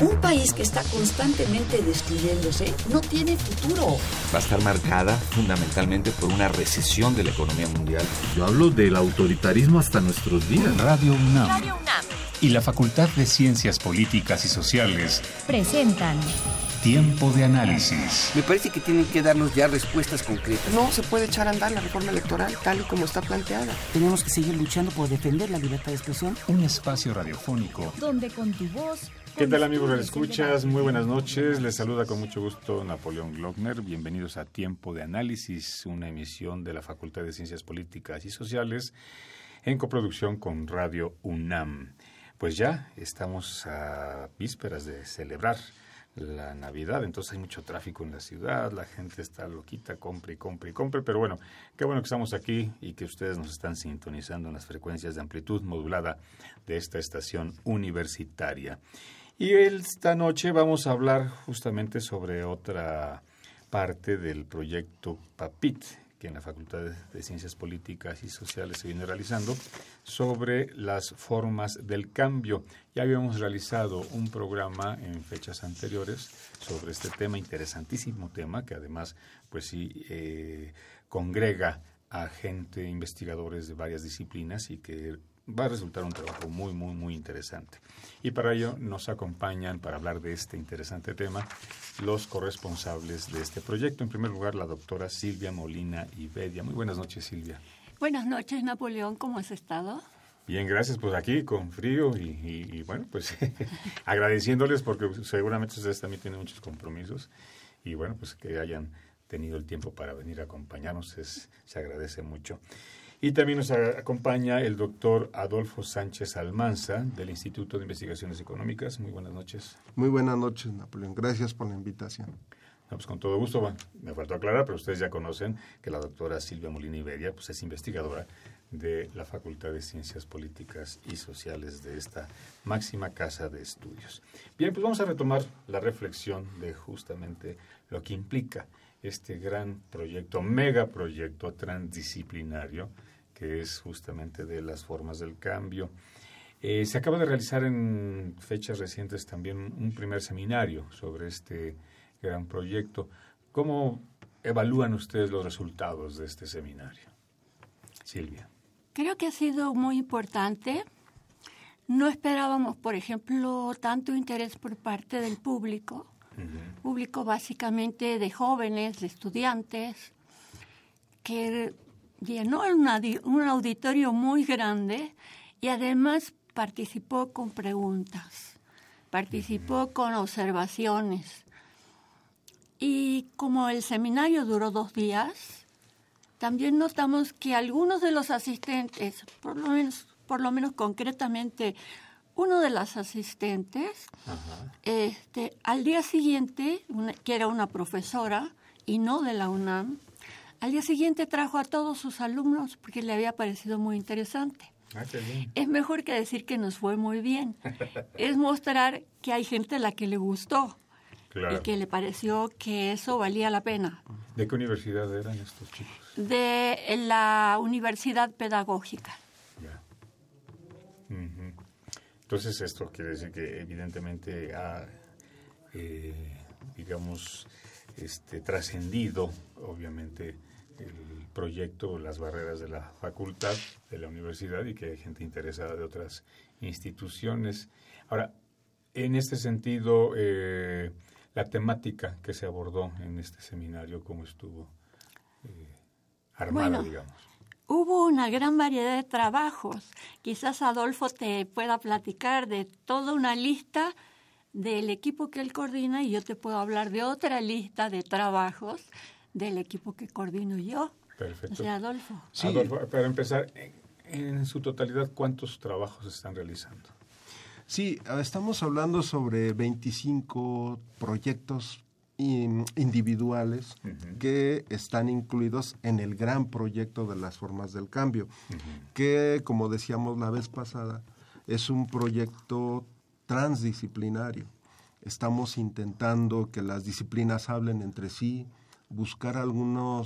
Un país que está constantemente destruyéndose no tiene futuro. Va a estar marcada fundamentalmente por una recesión de la economía mundial. Yo hablo del autoritarismo hasta nuestros días. Radio UNAM y la Facultad de Ciencias Políticas y Sociales presentan Tiempo de Análisis. Me parece que tienen que darnos ya respuestas concretas. No se puede echar a andar la reforma electoral tal y como está planteada. Tenemos que seguir luchando por defender la libertad de expresión. Un espacio radiofónico donde con tu voz... ¿Qué tal, amigos radioescuchas? Muy buenas noches. Les saluda con mucho gusto Napoleón Glockner. Bienvenidos a Tiempo de Análisis, una emisión de la Facultad de Ciencias Políticas y Sociales en coproducción con Radio UNAM. Pues ya estamos a vísperas de celebrar la Navidad, entonces hay mucho tráfico en la ciudad, la gente está loquita, compre, pero bueno que estamos aquí y que ustedes nos están sintonizando en las frecuencias de amplitud modulada de esta estación universitaria. Y esta noche vamos a hablar justamente sobre otra parte del proyecto PAPIT, que en la Facultad de Ciencias Políticas y Sociales se viene realizando, sobre las formas del cambio. Ya habíamos realizado un programa en fechas anteriores sobre este tema, interesantísimo tema, que además, pues sí, congrega a gente, investigadores de varias disciplinas y que va a resultar un trabajo muy interesante. Y para ello nos acompañan, para hablar de este interesante tema, los corresponsables de este proyecto. En primer lugar, la doctora Silvia Molina Ibedia. Muy buenas noches, Silvia. Buenas noches, Napoleón. ¿Cómo has estado? Bien, gracias. Pues aquí con frío y bueno, pues agradeciéndoles porque seguramente ustedes también tienen muchos compromisos y bueno, pues que hayan tenido el tiempo para venir a acompañarnos se agradece mucho. Y también nos acompaña el doctor Adolfo Sánchez Almanza, del Instituto de Investigaciones Económicas. Muy buenas noches. Muy buenas noches, Napoleón. Gracias por la invitación. No, pues con todo gusto. Bueno, me faltó aclarar, pero ustedes ya conocen que la doctora Silvia Molina Ibedia pues es investigadora de la Facultad de Ciencias Políticas y Sociales de esta máxima casa de estudios. Bien, pues vamos a retomar la reflexión de justamente lo que implica este gran proyecto, megaproyecto transdisciplinario, que es justamente de las formas del cambio. Se acaba de realizar en fechas recientes también un primer seminario sobre este gran proyecto. ¿Cómo evalúan ustedes los resultados de este seminario? Silvia. Creo que ha sido muy importante. No esperábamos, por ejemplo, tanto interés por parte del público. Público básicamente de jóvenes, de estudiantes, que llenó un auditorio muy grande y además participó con preguntas, participó con observaciones. Y como el seminario duró 2 días, también notamos que algunos de los asistentes, por lo menos concretamente uno de las asistentes, al día siguiente, que era una profesora y no de la UNAM, al día siguiente trajo a todos sus alumnos porque le había parecido muy interesante. Qué bien. Es mejor que decir que nos fue muy bien. Es mostrar que hay gente a la que le gustó. Claro. Y que le pareció que eso valía la pena. ¿De qué universidad eran estos chicos? De la Universidad Pedagógica. Ya. Uh-huh. Entonces esto quiere decir que evidentemente ha, trascendido obviamente el proyecto, las barreras de la facultad, de la universidad y que hay gente interesada de otras instituciones. Ahora, en este sentido, la temática que se abordó en este seminario, ¿cómo estuvo armada, digamos? Hubo una gran variedad de trabajos. Quizás Adolfo te pueda platicar de toda una lista del equipo que él coordina y yo te puedo hablar de otra lista de trabajos del equipo que coordino yo. Perfecto. O sea, Adolfo. Sí. Adolfo, para empezar, en su totalidad, ¿cuántos trabajos se están realizando? Sí, estamos hablando sobre 25 proyectos individuales que están incluidos en el gran proyecto de las formas del cambio, que, como decíamos la vez pasada, es un proyecto transdisciplinario. Estamos intentando que las disciplinas hablen entre sí, buscar algunos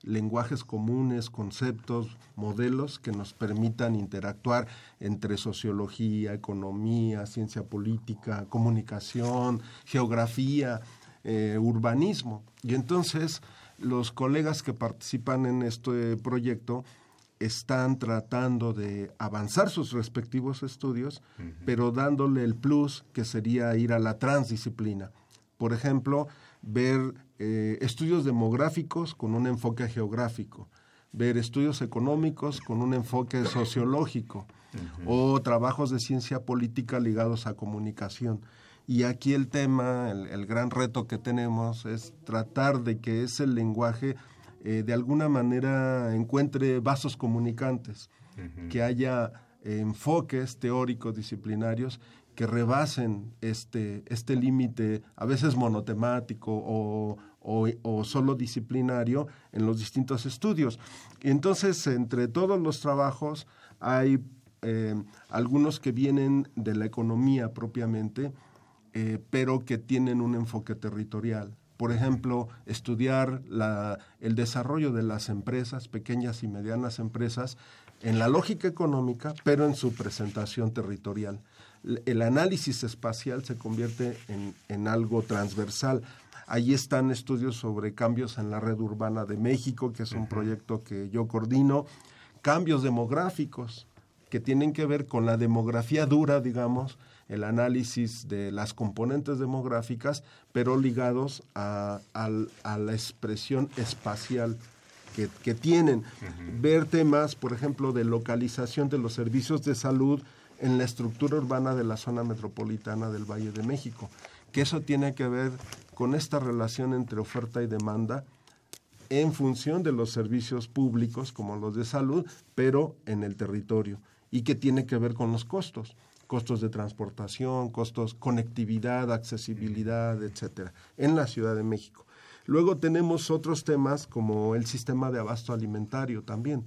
lenguajes comunes, conceptos, modelos que nos permitan interactuar entre sociología, economía, ciencia política, comunicación, geografía, urbanismo. Y entonces los colegas que participan en este proyecto están tratando de avanzar sus respectivos estudios, pero dándole el plus que sería ir a la transdisciplina. Por ejemplo, ver estudios demográficos con un enfoque geográfico, ver estudios económicos con un enfoque sociológico, o trabajos de ciencia política ligados a comunicación. Y aquí el tema, el gran reto que tenemos es tratar de que ese lenguaje de alguna manera encuentre vasos comunicantes, que haya enfoques teóricos disciplinarios que rebasen este límite a veces monotemático o solo disciplinario en los distintos estudios. Y entonces, entre todos los trabajos hay algunos que vienen de la economía propiamente, pero que tienen un enfoque territorial. Por ejemplo, estudiar el desarrollo de las empresas, pequeñas y medianas empresas, en la lógica económica, pero en su presentación territorial. El análisis espacial se convierte en algo transversal. Ahí están estudios sobre cambios en la red urbana de México, que es un proyecto que yo coordino, cambios demográficos que tienen que ver con la demografía dura, digamos, el análisis de las componentes demográficas, pero ligados a la expresión espacial que tienen. Ver temas, por ejemplo, de localización de los servicios de salud en la estructura urbana de la zona metropolitana del Valle de México, que eso tiene que ver con esta relación entre oferta y demanda en función de los servicios públicos, como los de salud, pero en el territorio, y que tiene que ver con los costos de transportación, costos, conectividad, accesibilidad, etcétera, en la Ciudad de México. Luego tenemos otros temas como el sistema de abasto alimentario también,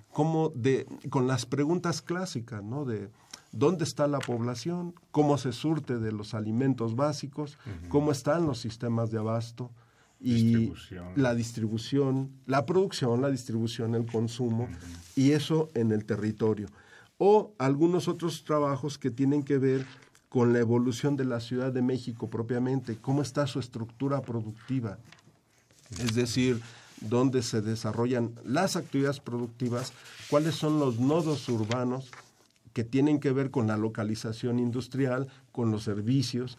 con las preguntas clásicas, ¿no? De dónde está la población, cómo se surte de los alimentos básicos, cómo están los sistemas de abasto y la distribución, la producción, la distribución, el consumo, y eso en el territorio. O algunos otros trabajos que tienen que ver con la evolución de la Ciudad de México propiamente, cómo está su estructura productiva, es decir, dónde se desarrollan las actividades productivas, cuáles son los nodos urbanos que tienen que ver con la localización industrial, con los servicios,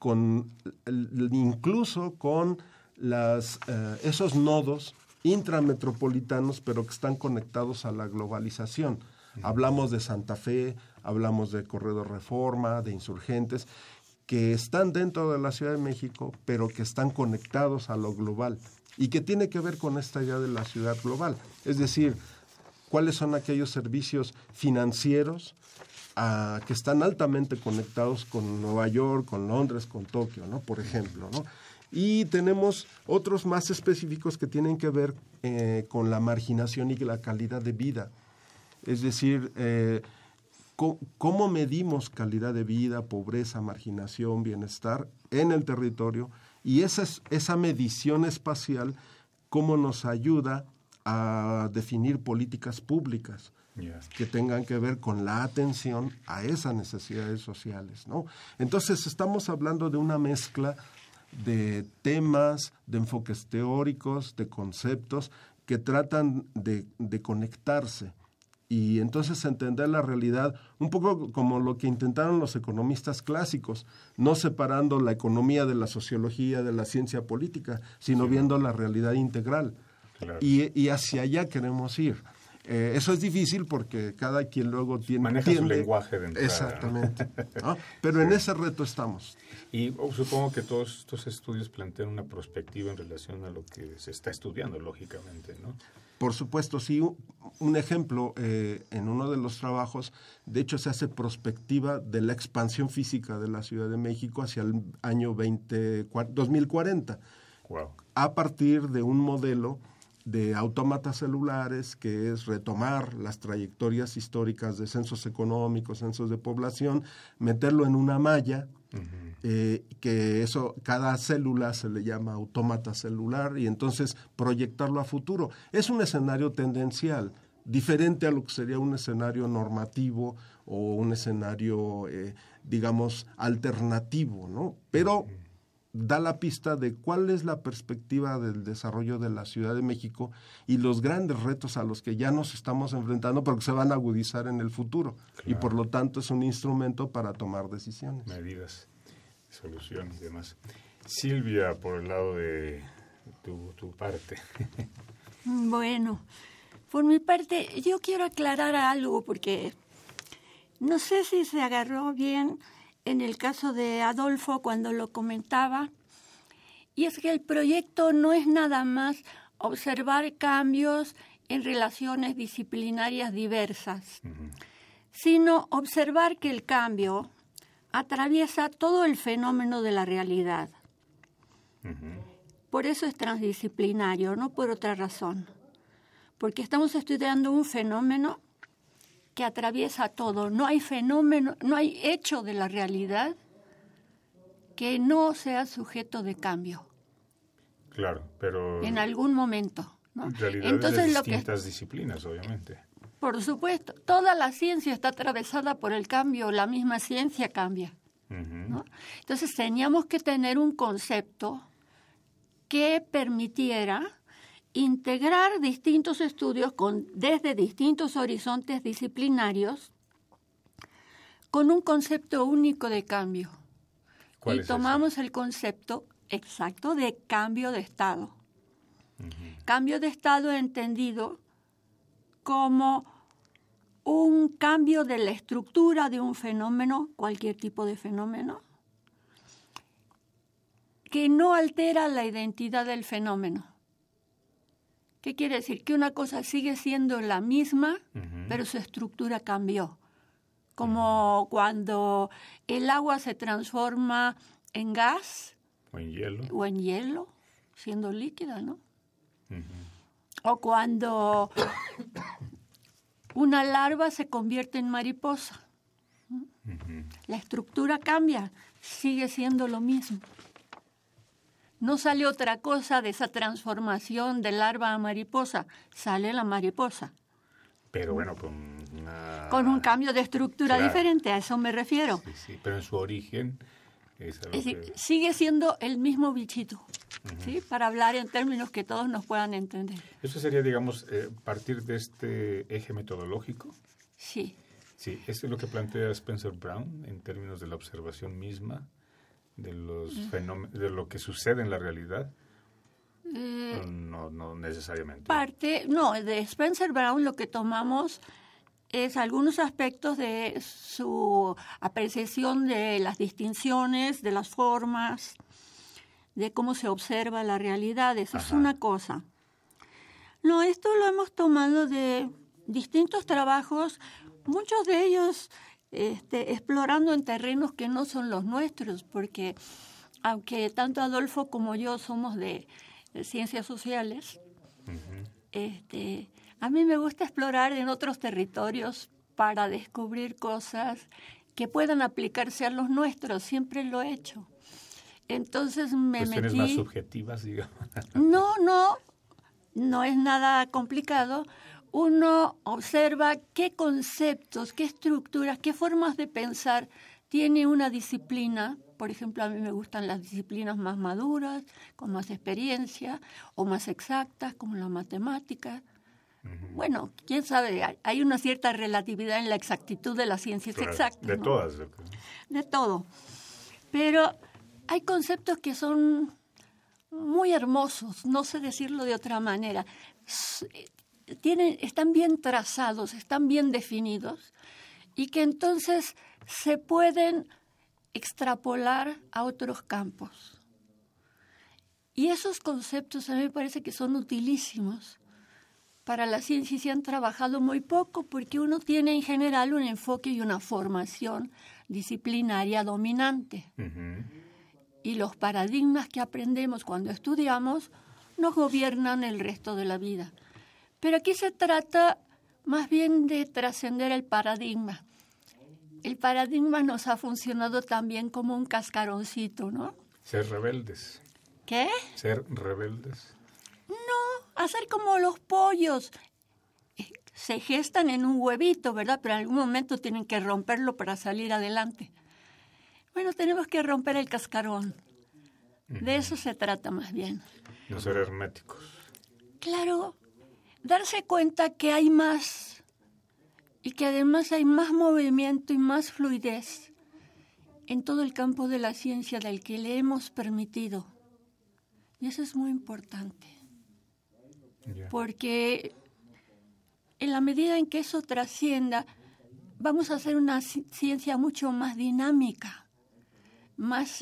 incluso con esos nodos intrametropolitanos, pero que están conectados a la globalización. Hablamos de Santa Fe, hablamos de Corredor Reforma, de Insurgentes, que están dentro de la Ciudad de México, pero que están conectados a lo global y que tiene que ver con esta idea de la ciudad global. Es decir, cuáles son aquellos servicios financieros que están altamente conectados con Nueva York, con Londres, con Tokio, ¿no? Por ejemplo, ¿no? Y tenemos otros más específicos que tienen que ver con la marginación y la calidad de vida. Es decir, cómo medimos calidad de vida, pobreza, marginación, bienestar en el territorio, y esa medición espacial, cómo nos ayuda a definir políticas públicas que tengan que ver con la atención a esas necesidades sociales, ¿no? Entonces estamos hablando de una mezcla de temas, de enfoques teóricos, de conceptos que tratan de conectarse. Y entonces entender la realidad un poco como lo que intentaron los economistas clásicos, no separando la economía de la sociología, de la ciencia política, sino viendo la realidad integral. Claro. Y hacia allá queremos ir. Eso es difícil porque cada quien luego maneja su lenguaje de entrada. Exactamente. ¿No? Pero en ese reto estamos. Y supongo que todos estos estudios plantean una perspectiva en relación a lo que se está estudiando, lógicamente, ¿no? Por supuesto, sí. Un ejemplo, en uno de los trabajos, de hecho se hace prospectiva de la expansión física de la Ciudad de México hacia el año 2040, wow. A partir de un modelo de autómatas celulares, que es retomar las trayectorias históricas de censos económicos, censos de población, meterlo en una malla, que eso, cada célula se le llama autómata celular, y entonces proyectarlo a futuro. Es un escenario tendencial, diferente a lo que sería un escenario normativo o un escenario, digamos, alternativo, ¿no? Pero da la pista de cuál es la perspectiva del desarrollo de la Ciudad de México y los grandes retos a los que ya nos estamos enfrentando, pero que se van a agudizar en el futuro. Claro. Y por lo tanto es un instrumento para tomar decisiones. Medidas, soluciones y demás. Silvia, por el lado de tu parte. Bueno, por mi parte, yo quiero aclarar algo, porque no sé si se agarró bien en el caso de Adolfo cuando lo comentaba, y es que el proyecto no es nada más observar cambios en relaciones disciplinarias diversas, sino observar que el cambio atraviesa todo el fenómeno de la realidad. Por eso es transdisciplinario, no por otra razón, porque estamos estudiando un fenómeno que atraviesa todo. No hay fenómeno, no hay hecho de la realidad que no sea sujeto de cambio. Claro, pero en algún momento, ¿no? Realidades entonces, de distintas disciplinas, obviamente. Por supuesto, toda la ciencia está atravesada por el cambio, la misma ciencia cambia, ¿no? Entonces teníamos que tener un concepto que permitiera integrar distintos estudios desde distintos horizontes disciplinarios con un concepto único de cambio. ¿Cuál y es tomamos ese? El concepto exacto de cambio de estado. Cambio de estado entendido como un cambio de la estructura de un fenómeno, cualquier tipo de fenómeno, que no altera la identidad del fenómeno. ¿Qué quiere decir? Que una cosa sigue siendo la misma, pero su estructura cambió. Como cuando el agua se transforma en gas. O en hielo, siendo líquida, ¿no? O cuando una larva se convierte en mariposa. La estructura cambia, sigue siendo lo mismo. No sale otra cosa de esa transformación de larva a mariposa, sale la mariposa. Pero bueno, con un cambio de estructura diferente, a eso me refiero. Sí, pero en su origen es decir, sigue siendo el mismo bichito, ¿sí? Para hablar en términos que todos nos puedan entender. ¿Eso sería, digamos, partir de este eje metodológico? Sí. Sí, eso es lo que plantea Spencer Brown en términos de la observación misma de los fenómenos, de lo que sucede en la realidad. No necesariamente. De Spencer Brown lo que tomamos es algunos aspectos de su apreciación de las distinciones, de las formas, de cómo se observa la realidad. Eso es una cosa. No, esto lo hemos tomado de distintos trabajos, muchos de ellos explorando en terrenos que no son los nuestros, porque aunque tanto Adolfo como yo somos de ciencias sociales, a mí me gusta explorar en otros territorios para descubrir cosas que puedan aplicarse a los nuestros. Siempre lo he hecho. Entonces cuestiones más subjetivas, digamos. No es nada complicado. Uno observa qué conceptos, qué estructuras, qué formas de pensar tiene una disciplina. Por ejemplo, a mí me gustan las disciplinas más maduras, con más experiencia, o más exactas, como la matemática. Bueno, quién sabe, hay una cierta relatividad en la exactitud de las ciencias exactas. De todas. De todo. Pero hay conceptos que son muy hermosos, no sé decirlo de otra manera. Están bien trazados, están bien definidos, y que entonces se pueden extrapolar a otros campos. Y esos conceptos a mí me parece que son utilísimos para la ciencia y se han trabajado muy poco, porque uno tiene en general un enfoque y una formación disciplinaria dominante. Y los paradigmas que aprendemos cuando estudiamos nos gobiernan el resto de la vida. Pero aquí se trata más bien de trascender el paradigma. el paradigma nos ha funcionado también como un cascaroncito, ¿no? Ser rebeldes. ¿Qué? Ser rebeldes. No, hacer como los pollos. Se gestan en un huevito, ¿verdad? Pero en algún momento tienen que romperlo para salir adelante. Bueno, tenemos que romper el cascarón. De eso se trata más bien. No ser herméticos. Claro, darse cuenta que hay más y que además hay más movimiento y más fluidez en todo el campo de la ciencia del que le hemos permitido. Y eso es muy importante. Porque en la medida en que eso trascienda, vamos a hacer una ciencia mucho más dinámica, más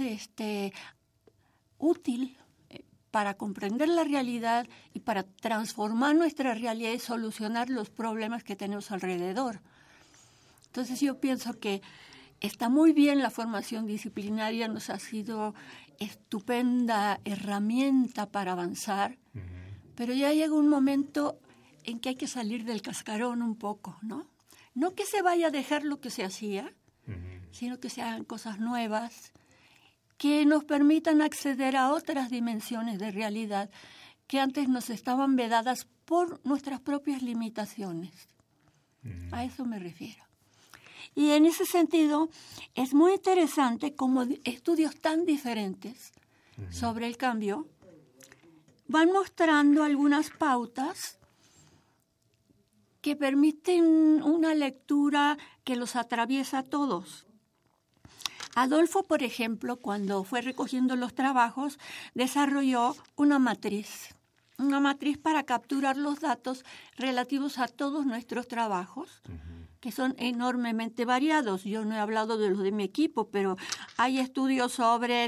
útil para comprender la realidad y para transformar nuestra realidad y solucionar los problemas que tenemos alrededor. Entonces yo pienso que está muy bien la formación disciplinaria, nos ha sido estupenda herramienta para avanzar, pero ya llega un momento en que hay que salir del cascarón un poco, ¿no? No que se vaya a dejar lo que se hacía, sino que se hagan cosas nuevas que nos permitan acceder a otras dimensiones de realidad que antes nos estaban vedadas por nuestras propias limitaciones. A eso me refiero. Y en ese sentido es muy interesante cómo estudios tan diferentes sobre el cambio van mostrando algunas pautas que permiten una lectura que los atraviesa a todos. Adolfo, por ejemplo, cuando fue recogiendo los trabajos, desarrolló una matriz para capturar los datos relativos a todos nuestros trabajos, que son enormemente variados. Yo no he hablado de los de mi equipo, pero hay estudios sobre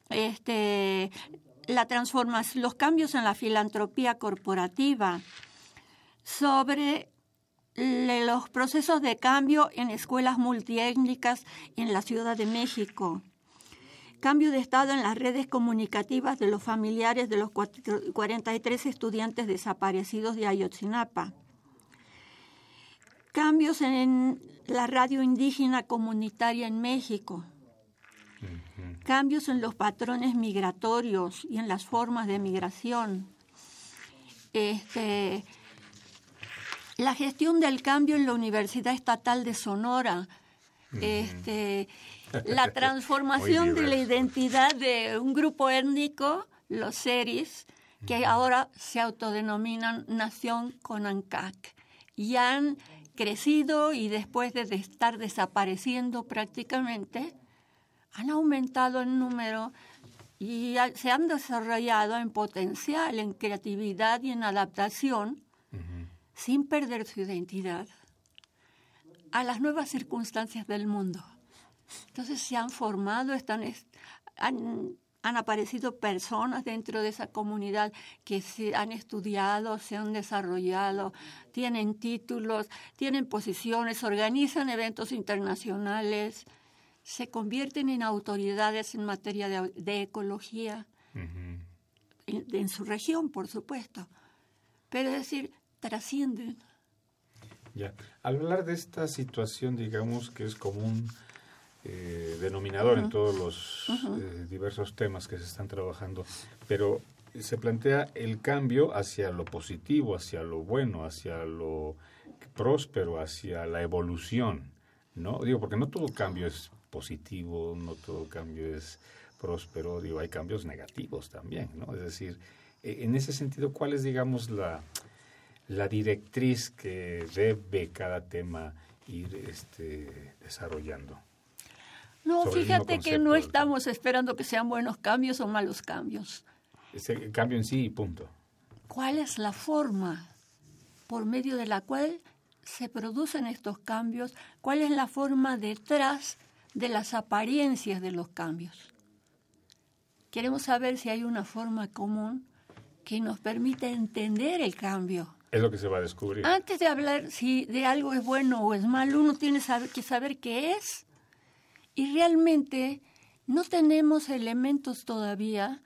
la transformación, los cambios en la filantropía corporativa, sobre los procesos de cambio en escuelas multiétnicas en la Ciudad de México, cambio de estado en las redes comunicativas de los familiares de los 43 estudiantes desaparecidos de Ayotzinapa, cambios en la radio indígena comunitaria en México, cambios en los patrones migratorios y en las formas de migración, la gestión del cambio en la Universidad Estatal de Sonora, la transformación de la identidad de un grupo étnico, los seris, que ahora se autodenominan Nación Conancac, y han crecido y después de estar desapareciendo prácticamente, han aumentado en número y se han desarrollado en potencial, en creatividad y en adaptación, sin perder su identidad, a las nuevas circunstancias del mundo. Entonces se han formado, han aparecido personas dentro de esa comunidad que se han estudiado, se han desarrollado, tienen títulos, tienen posiciones, organizan eventos internacionales, se convierten en autoridades en materia de ecología, en su región, por supuesto. Pero es decir, trascienden. Ya. Al hablar de esta situación, digamos que es como un denominador en todos los diversos temas que se están trabajando, pero se plantea el cambio hacia lo positivo, hacia lo bueno, hacia lo próspero, hacia la evolución, ¿no? Digo, porque no todo cambio es positivo, no todo cambio es próspero, digo, hay cambios negativos también, ¿no? Es decir, en ese sentido, ¿cuál es, digamos, la directriz que debe cada tema ir desarrollando? No, fíjate que no estamos esperando que sean buenos cambios o malos cambios. Ese cambio en sí y punto. ¿Cuál es la forma por medio de la cual se producen estos cambios? ¿Cuál es la forma detrás de las apariencias de los cambios? Queremos saber si hay una forma común que nos permita entender el cambio. Es lo que se va a descubrir. Antes de hablar si de algo es bueno o es malo, uno tiene que saber qué es. Y realmente no tenemos elementos todavía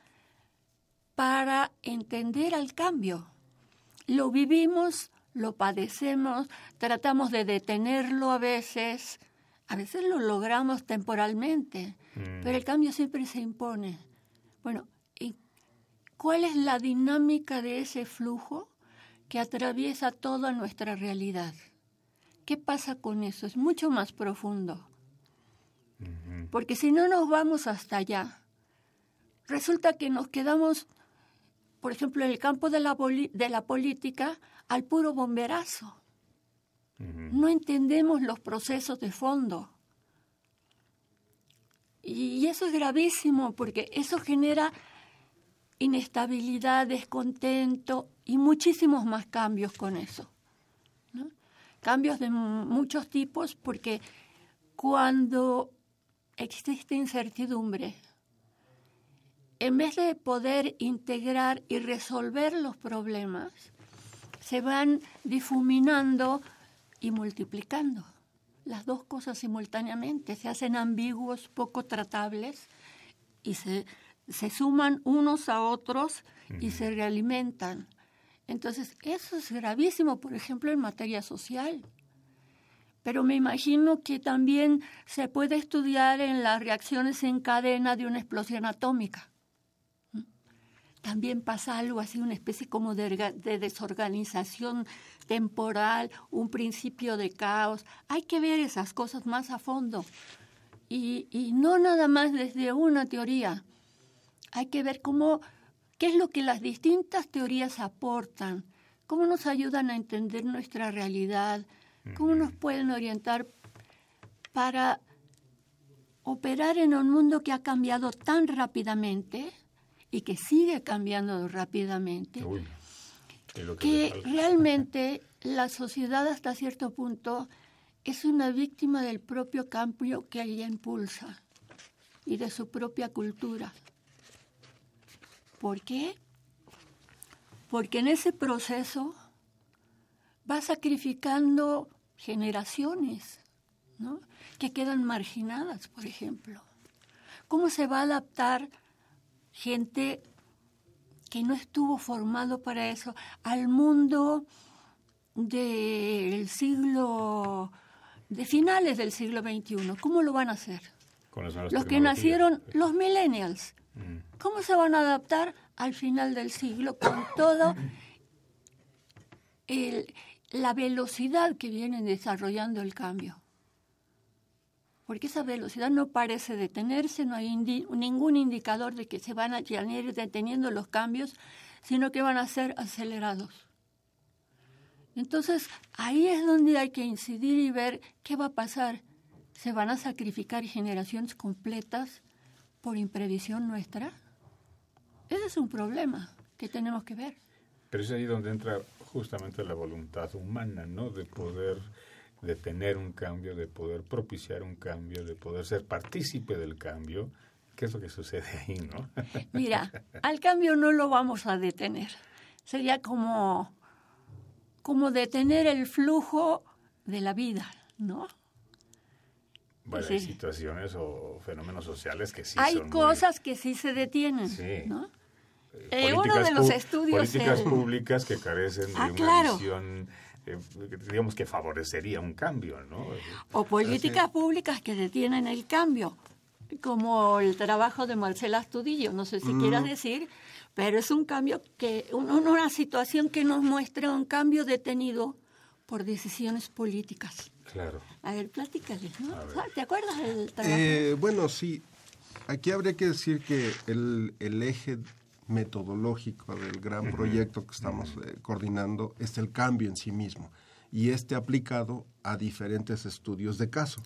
para entender al cambio. Lo vivimos, lo padecemos, tratamos de detenerlo a veces, A veces lo logramos temporalmente, pero el cambio siempre se impone. Bueno, ¿y cuál es la dinámica de ese flujo que atraviesa toda nuestra realidad? ¿Qué pasa con eso? Es mucho más profundo. Porque si no nos vamos hasta allá, resulta que nos quedamos, por ejemplo, en el campo de la política, al puro bomberazo. No entendemos los procesos de fondo. Y eso es gravísimo, porque eso genera inestabilidad, descontento y muchísimos más cambios con eso, ¿no? Cambios de muchos tipos, porque cuando existe incertidumbre, en vez de poder integrar y resolver los problemas, se van difuminando y multiplicando. Las dos cosas simultáneamente se hacen ambiguos, poco tratables, y se suman unos a otros y se realimentan. Entonces, eso es gravísimo, por ejemplo, en materia social. Pero me imagino que también se puede estudiar en las reacciones en cadena de una explosión atómica. También pasa algo así, una especie como de desorganización temporal, un principio de caos. Hay que ver esas cosas más a fondo y no nada más desde una teoría. Hay que ver qué es lo que las distintas teorías aportan, cómo nos ayudan a entender nuestra realidad, cómo nos pueden orientar para operar en un mundo que ha cambiado tan rápidamente y que sigue cambiando rápidamente, que realmente la sociedad hasta cierto punto es una víctima del propio cambio que ella impulsa y de su propia cultura. ¿Por qué? Porque en ese proceso va sacrificando generaciones, ¿no?, que quedan marginadas, por ejemplo. ¿Cómo se va a adaptar gente que no estuvo formado para eso al mundo de finales del siglo XXI? ¿Cómo lo van a hacer? Los que nacieron, los millennials. ¿Cómo se van a adaptar al final del siglo con toda la velocidad que viene desarrollando el cambio? Porque esa velocidad no parece detenerse, no hay ningún indicador de que se van a ir deteniendo los cambios, sino que van a ser acelerados. Entonces, ahí es donde hay que incidir y ver qué va a pasar. ¿Se van a sacrificar generaciones completas por imprevisión nuestra? Ese es un problema que tenemos que ver. Pero es ahí donde entra justamente la voluntad humana, ¿no?, de poder detener un cambio, de poder propiciar un cambio, de poder ser partícipe del cambio. ¿Qué es lo que sucede ahí, no? Mira, al cambio no lo vamos a detener. Sería como detener el flujo de la vida, ¿no? Bueno, hay situaciones o fenómenos sociales que sí hay son cosas que sí se detienen, sí, ¿no? Uno de los estudios... Políticas públicas que carecen de una visión, digamos, que favorecería un cambio, ¿no? O políticas públicas que detienen el cambio, como el trabajo de Marcela Astudillo, no sé si quieras decir, pero es un cambio una situación que nos muestra un cambio detenido por decisiones políticas. Claro. A ver, platícales, ¿no? ¿Te acuerdas del trabajo? Bueno, sí. Aquí habría que decir que el eje metodológico del gran proyecto que estamos coordinando es el cambio en sí mismo, y aplicado a diferentes estudios de caso.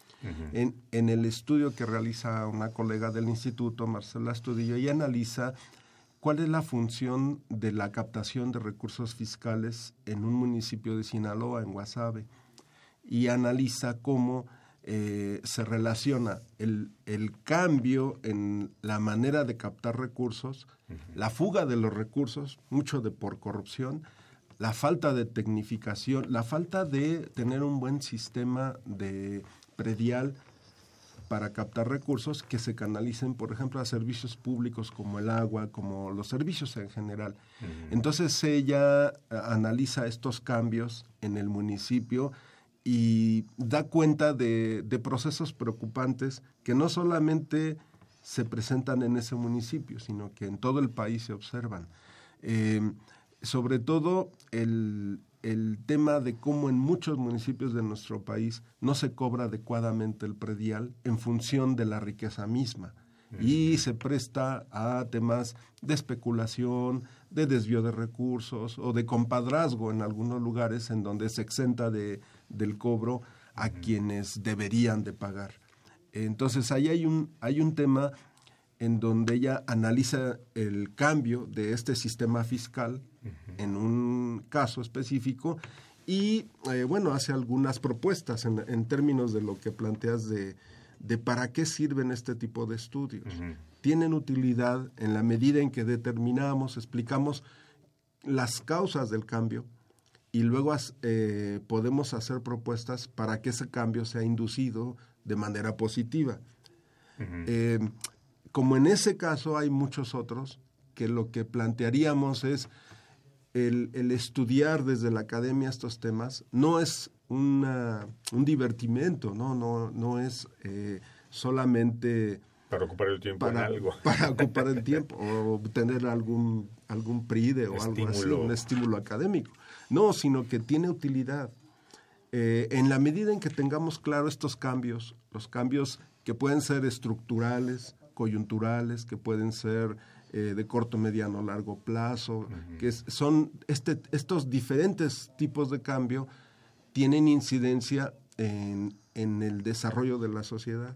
En el estudio que realiza una colega del instituto, Marcela Astudillo, ella analiza cuál es la función de la captación de recursos fiscales en un municipio de Sinaloa, en Guasave, y analiza cómo se relaciona el cambio en la manera de captar recursos, la fuga de los recursos, mucho por corrupción, la falta de tecnificación, la falta de tener un buen sistema de predial para captar recursos que se canalicen, por ejemplo, a servicios públicos como el agua, como los servicios en general. Entonces ella analiza estos cambios en el municipio y da cuenta de procesos preocupantes que no solamente se presentan en ese municipio, sino que en todo el país se observan. Sobre todo el tema de cómo en muchos municipios de nuestro país no se cobra adecuadamente el predial en función de la riqueza misma. Y se presta a temas de especulación, de desvío de recursos o de compadrazgo en algunos lugares en donde se exenta del cobro a quienes deberían de pagar. Entonces ahí hay un tema en donde ella analiza el cambio de este sistema fiscal en un caso específico y hace algunas propuestas en términos de lo que planteas de para qué sirven este tipo de estudios. Tienen utilidad en la medida en que determinamos, explicamos las causas del cambio y luego podemos hacer propuestas para que ese cambio sea inducido de manera positiva. Como en ese caso hay muchos otros, que lo que plantearíamos es el estudiar desde la academia estos temas, no es un divertimento, no es solamente para ocupar el tiempo en algo. Para ocupar el tiempo o obtener algún PRIDE o algo así, un estímulo académico. No, sino que tiene utilidad. En la medida en que tengamos claro estos cambios, los cambios que pueden ser estructurales, coyunturales, que pueden ser de corto, mediano, largo plazo, que son estos diferentes tipos de cambio tienen incidencia en el desarrollo de la sociedad.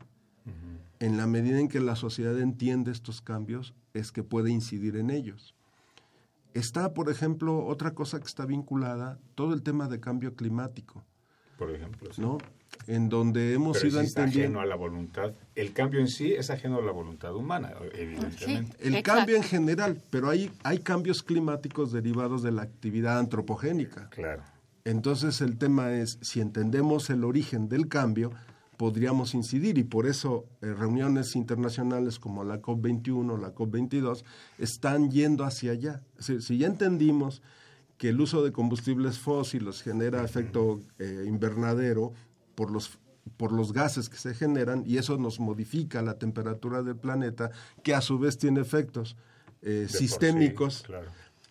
En la medida en que la sociedad entiende estos cambios, es que puede incidir en ellos. Está, por ejemplo, otra cosa que está vinculada, todo el tema de cambio climático. Por ejemplo, sí. ¿No? En donde hemos ido entendiendo... ajeno a la voluntad. El cambio en sí es ajeno a la voluntad humana, evidentemente. Sí, el cambio en general, pero hay cambios climáticos derivados de la actividad antropogénica. Claro. Entonces el tema es, si entendemos el origen del cambio, podríamos incidir, y por eso reuniones internacionales como la COP21, la COP22, están yendo hacia allá. Si ya entendimos que el uso de combustibles fósiles genera efecto invernadero por los gases que se generan, y eso nos modifica la temperatura del planeta, que a su vez tiene efectos sistémicos. Sí, claro.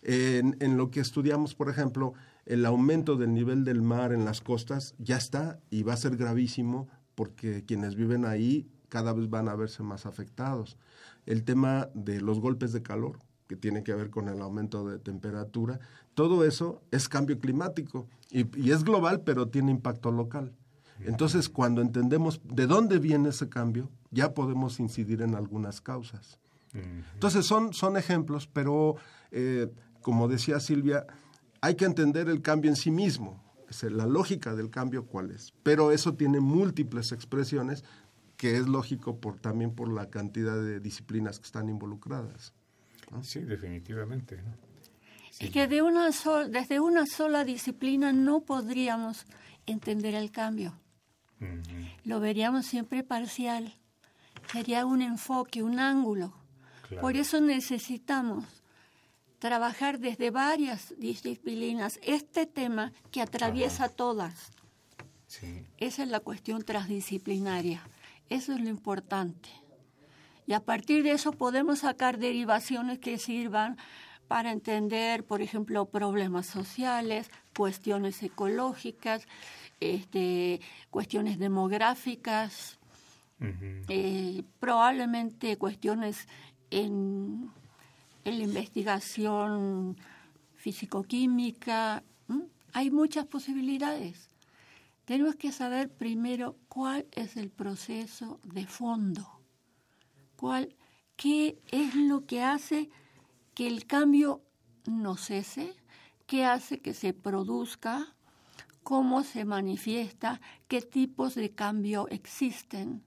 En lo que estudiamos, por ejemplo, el aumento del nivel del mar en las costas ya está y va a ser gravísimo porque quienes viven ahí cada vez van a verse más afectados. El tema de los golpes de calor, que tiene que ver con el aumento de temperatura, todo eso es cambio climático y es global, pero tiene impacto local. Entonces, cuando entendemos de dónde viene ese cambio, ya podemos incidir en algunas causas. Entonces, son ejemplos, pero como decía Silvia, hay que entender el cambio en sí mismo, la lógica del cambio cuál es, pero eso tiene múltiples expresiones que es lógico también por la cantidad de disciplinas que están involucradas, ¿no? Sí, definitivamente, ¿no? Sí. Y que desde una sola disciplina no podríamos entender el cambio. Lo veríamos siempre parcial, sería un enfoque, un ángulo. Claro. Por eso necesitamos trabajar desde varias disciplinas este tema que atraviesa todas. Sí. Esa es la cuestión transdisciplinaria. Eso es lo importante. Y a partir de eso podemos sacar derivaciones que sirvan para entender, por ejemplo, problemas sociales, cuestiones ecológicas, cuestiones demográficas, probablemente cuestiones en la investigación físico-química. Hay muchas posibilidades. Tenemos que saber primero cuál es el proceso de fondo, qué es lo que hace que el cambio no cese, qué hace que se produzca, cómo se manifiesta, qué tipos de cambio existen,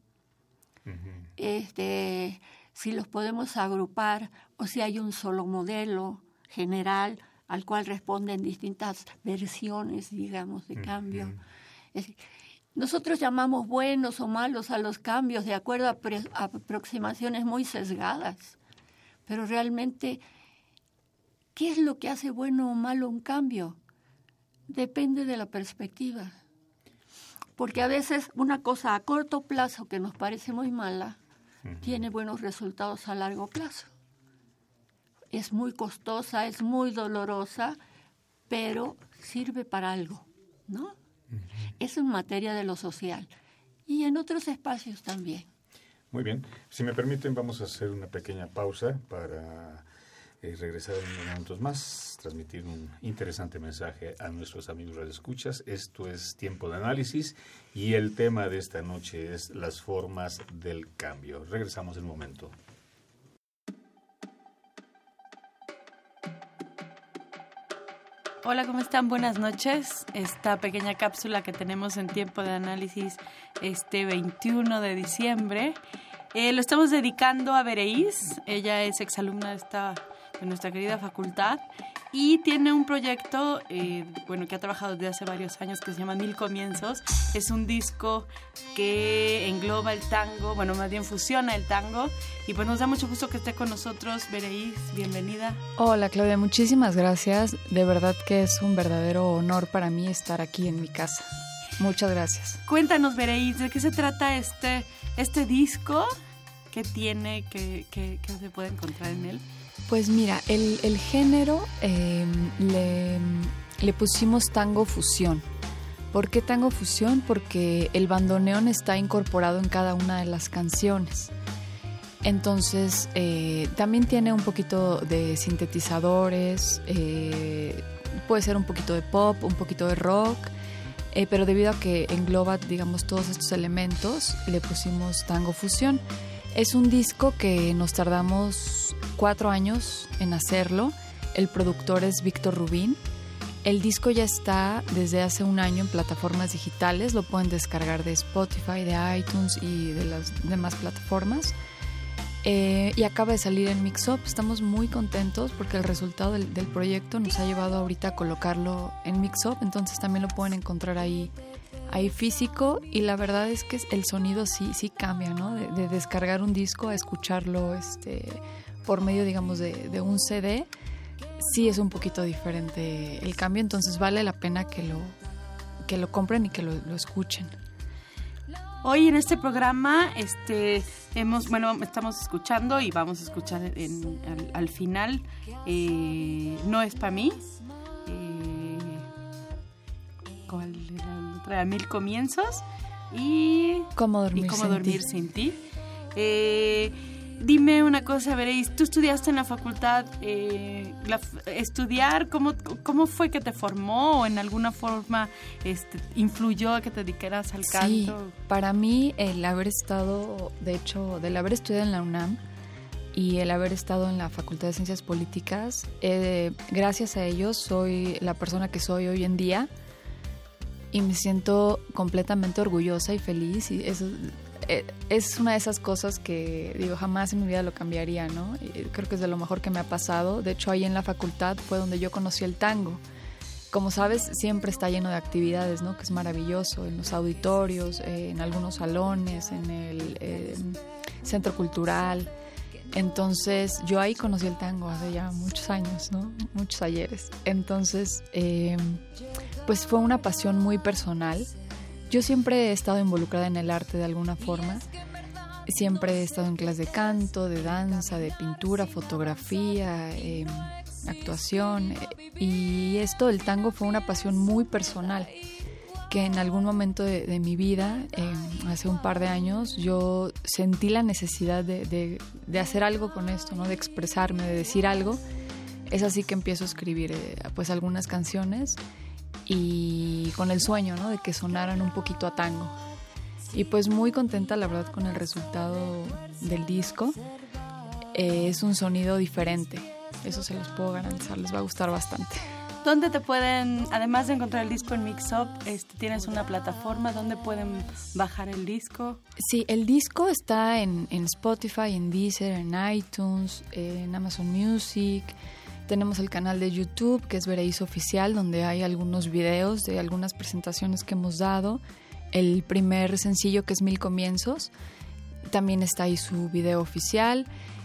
si los podemos agrupar o si hay un solo modelo general al cual responden distintas versiones, digamos, de cambio. Es decir, nosotros llamamos buenos o malos a los cambios de acuerdo a aproximaciones muy sesgadas, pero realmente, ¿qué es lo que hace bueno o malo un cambio? Depende de la perspectiva. Porque a veces una cosa a corto plazo que nos parece muy mala tiene buenos resultados a largo plazo. Es muy costosa, es muy dolorosa, pero sirve para algo, ¿no? Es en materia de lo social y en otros espacios también. Muy bien. Si me permiten, vamos a hacer una pequeña pausa para regresar en unos minutos más, transmitir un interesante mensaje a nuestros amigos radioescuchas. Esto es Tiempo de Análisis y el tema de esta noche es las formas del cambio. Regresamos en un momento. Hola, ¿cómo están? Buenas noches. Esta pequeña cápsula que tenemos en Tiempo de Análisis este 21 de diciembre lo estamos dedicando a Bereís. Ella es exalumna de nuestra querida facultad y tiene un proyecto que ha trabajado desde hace varios años que se llama Mil Comienzos. Es un disco que engloba el tango, más bien fusiona el tango, y pues nos da mucho gusto que esté con nosotros. Bereís, bienvenida. Hola Claudia, muchísimas gracias. De verdad que es un verdadero honor para mí estar aquí en mi casa. Muchas gracias. Cuéntanos, Bereís, ¿de qué se trata este disco? ¿Qué tiene? ¿Qué se puede encontrar en él? Pues mira, el género le pusimos tango fusión. ¿Por qué tango fusión? Porque el bandoneón está incorporado en cada una de las canciones. Entonces, también tiene un poquito de sintetizadores, puede ser un poquito de pop, un poquito de rock, pero debido a que engloba, digamos, todos estos elementos, le pusimos tango fusión. Es un disco que nos tardamos 4 años en hacerlo. El productor es Víctor Rubín. El disco ya está desde hace un año en plataformas digitales. Lo pueden descargar de Spotify, de iTunes y de las demás plataformas. Y acaba de salir en Mix Up. Estamos muy contentos porque el resultado del proyecto nos ha llevado ahorita a colocarlo en Mix Up. Entonces también lo pueden encontrar ahí físico, y la verdad es que el sonido sí cambia, ¿no? De descargar un disco a escucharlo por medio, digamos, de un CD, sí es un poquito diferente el cambio, entonces vale la pena que lo compren y que lo escuchen. Hoy en este programa estamos escuchando y vamos a escuchar al final No es pa' mí. ¿Cuál era la otra? Mil Comienzos y ¿Cómo dormir sin ti? Dime una cosa, Bereís, tú estudiaste en la facultad, estudiar, ¿cómo fue que te formó o en alguna forma influyó a que te dedicaras al canto? Sí, para mí el haber estado, de hecho, del haber estudiado en la UNAM y el haber estado en la Facultad de Ciencias Políticas, gracias a ellos soy la persona que soy hoy en día. Y me siento completamente orgullosa y feliz, y eso es una de esas cosas que digo jamás en mi vida lo cambiaría, ¿no? Y creo que es de lo mejor que me ha pasado. De hecho, ahí en la facultad fue donde yo conocí el tango. Como sabes, siempre está lleno de actividades, ¿no? Que es maravilloso, en los auditorios, en algunos salones, en el centro cultural. Entonces, yo ahí conocí el tango hace ya muchos años, ¿no? Muchos ayeres. Entonces, pues fue una pasión muy personal. Yo siempre he estado involucrada en el arte de alguna forma. Siempre he estado en clases de canto, de danza, de pintura, fotografía, actuación. Y esto del tango fue una pasión muy personal, que en algún momento de mi vida, hace un par de años, yo sentí la necesidad de hacer algo con esto, ¿no? De expresarme, de decir algo. Es así que empiezo a escribir pues algunas canciones, y con el sueño, ¿no? De que sonaran un poquito a tango. Y pues muy contenta, la verdad, con el resultado del disco. Es un sonido diferente, eso se los puedo garantizar, les va a gustar bastante. ¿Dónde te pueden, además de encontrar el disco en Mix Up, tienes una plataforma donde pueden bajar el disco? Sí, el disco está en Spotify, en Deezer, en iTunes, en Amazon Music. Tenemos el canal de YouTube, que es Bereís Oficial, donde hay algunos videos de algunas presentaciones que hemos dado. El primer sencillo, que es Mil Comienzos, también está ahí su video oficial.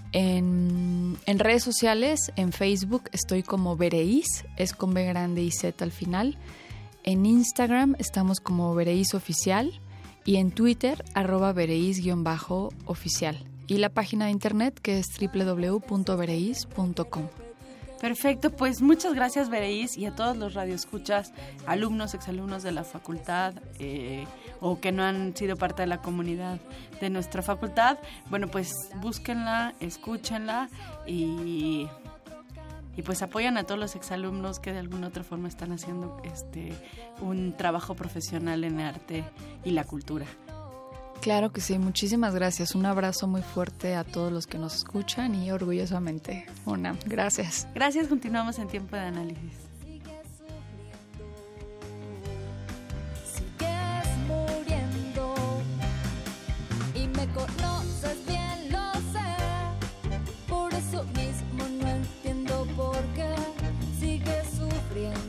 En redes sociales, en Facebook, estoy como Bereís, es con B grande y Z al final. En Instagram estamos como Vereís Oficial y en Twitter @vereís_oficial. Y la página de internet que es www.vereís.com. Perfecto, pues muchas gracias Vereís y a todos los radioescuchas, alumnos, exalumnos de la facultad o que no han sido parte de la comunidad de nuestra facultad. Bueno, pues búsquenla, escúchenla y pues apoyan a todos los exalumnos que de alguna otra forma están haciendo un trabajo profesional en el arte y la cultura. Claro que sí, muchísimas gracias. Un abrazo muy fuerte a todos los que nos escuchan y orgullosamente UNAM. Gracias. Gracias, continuamos en Tiempo de Análisis. Sigues muriendo y me conoces bien, lo sé. Por eso mismo no entiendo por qué sigues sufriendo.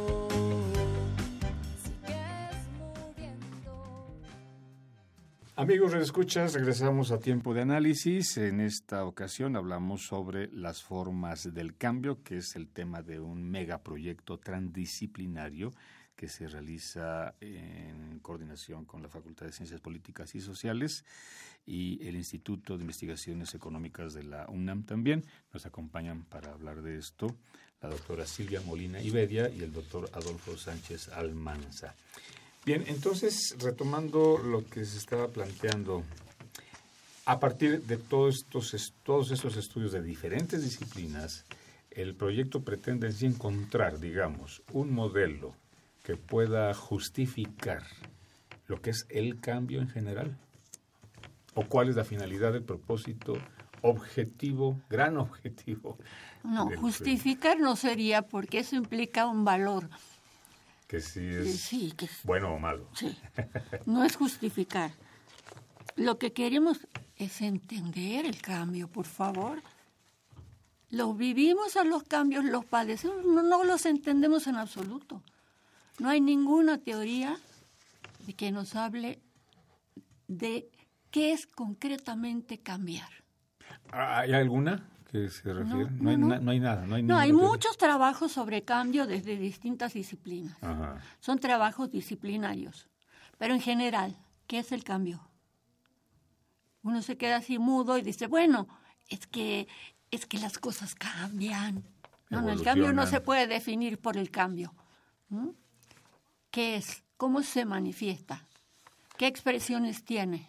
Amigos redescuchas, regresamos a Tiempo de Análisis. En esta ocasión hablamos sobre las formas del cambio, que es el tema de un megaproyecto transdisciplinario que se realiza en coordinación con la Facultad de Ciencias Políticas y Sociales y el Instituto de Investigaciones Económicas de la UNAM también. Nos acompañan para hablar de esto la doctora Silvia Molina Ibedia y el doctor Adolfo Sánchez Almanza. Bien, entonces, retomando lo que se estaba planteando, a partir de todos estos estudios de diferentes disciplinas, el proyecto pretende en sí encontrar, digamos, un modelo que pueda justificar lo que es el cambio en general. ¿O cuál es la finalidad, el propósito, objetivo, gran objetivo? No, justificar no sería, porque eso implica un valor. Que sí es que bueno o malo. Sí, no es justificar. Lo que queremos es entender el cambio, por favor. Los vivimos a los cambios, los padecemos, no los entendemos en absoluto. No hay ninguna teoría de que nos hable de qué es concretamente cambiar. ¿Hay alguna que se refiere? No hay nada. No, hay muchos trabajos sobre cambio desde distintas disciplinas. Ajá. Son trabajos disciplinarios. Pero en general, ¿qué es el cambio? Uno se queda así mudo y dice, bueno, es que las cosas cambian. No, el cambio no se puede definir por el cambio. ¿Qué es? ¿Cómo se manifiesta? ¿Qué expresiones tiene?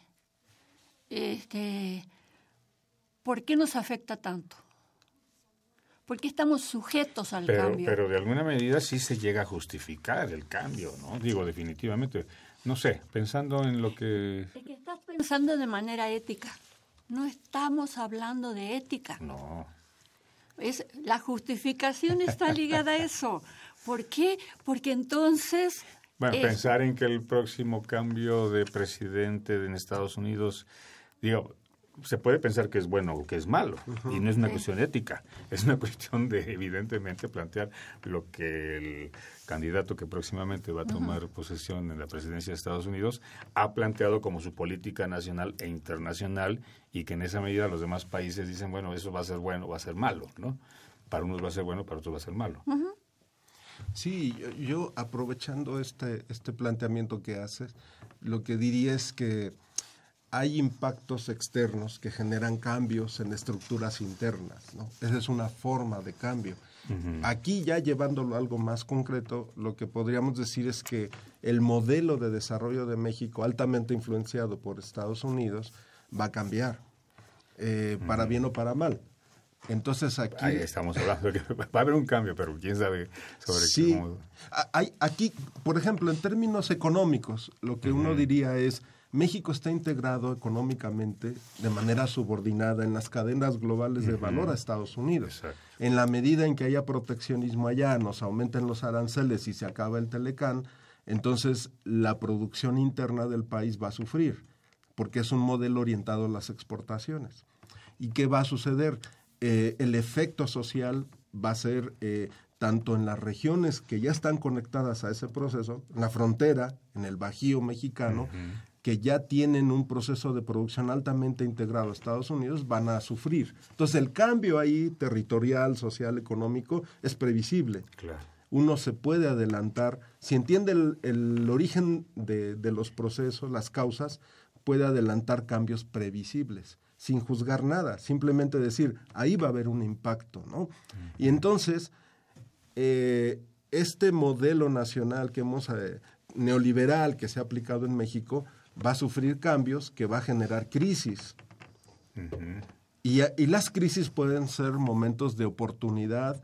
¿Por qué nos afecta tanto? ¿Por qué estamos sujetos al cambio? Pero de alguna medida sí se llega a justificar el cambio, ¿no? Digo, definitivamente. No sé, pensando en lo que... Es que estás pensando de manera ética. No estamos hablando de ética. No. La justificación está ligada a eso. ¿Por qué? Porque entonces... Bueno, pensar en que el próximo cambio de presidente en Estados Unidos, digo... Se puede pensar que es bueno o que es malo, y no es una cuestión ética, es una cuestión de, evidentemente, plantear lo que el candidato que próximamente va a tomar posesión en la presidencia de Estados Unidos ha planteado como su política nacional e internacional, y que en esa medida los demás países dicen, bueno, eso va a ser bueno o va a ser malo, ¿no? Para unos va a ser bueno, para otros va a ser malo. Sí, yo aprovechando este planteamiento que haces, lo que diría es que hay impactos externos que generan cambios en estructuras internas, ¿no? Esa es una forma de cambio. Aquí, ya llevándolo a algo más concreto, lo que podríamos decir es que el modelo de desarrollo de México, altamente influenciado por Estados Unidos, va a cambiar, para bien o para mal. Entonces aquí... Ahí estamos hablando de que va a haber un cambio, pero quién sabe sobre sí, qué modo. Aquí, por ejemplo, en términos económicos, lo que uno diría es... México está integrado económicamente de manera subordinada en las cadenas globales de valor a Estados Unidos. Exacto. En la medida en que haya proteccionismo allá, nos aumenten los aranceles y se acaba el Telecán, entonces la producción interna del país va a sufrir, porque es un modelo orientado a las exportaciones. ¿Y qué va a suceder? El efecto social va a ser tanto en las regiones que ya están conectadas a ese proceso, en la frontera, en el Bajío mexicano, que ya tienen un proceso de producción altamente integrado a Estados Unidos, van a sufrir. Entonces, el cambio ahí, territorial, social, económico, es previsible. Claro. uno se puede adelantar, si entiende el origen de los procesos, las causas, puede adelantar cambios previsibles, sin juzgar nada, simplemente decir, ahí va a haber un impacto, ¿no? Y entonces, este modelo nacional que hemos, neoliberal que se ha aplicado en México, va a sufrir cambios que va a generar crisis. Uh-huh. Y las crisis pueden ser momentos de oportunidad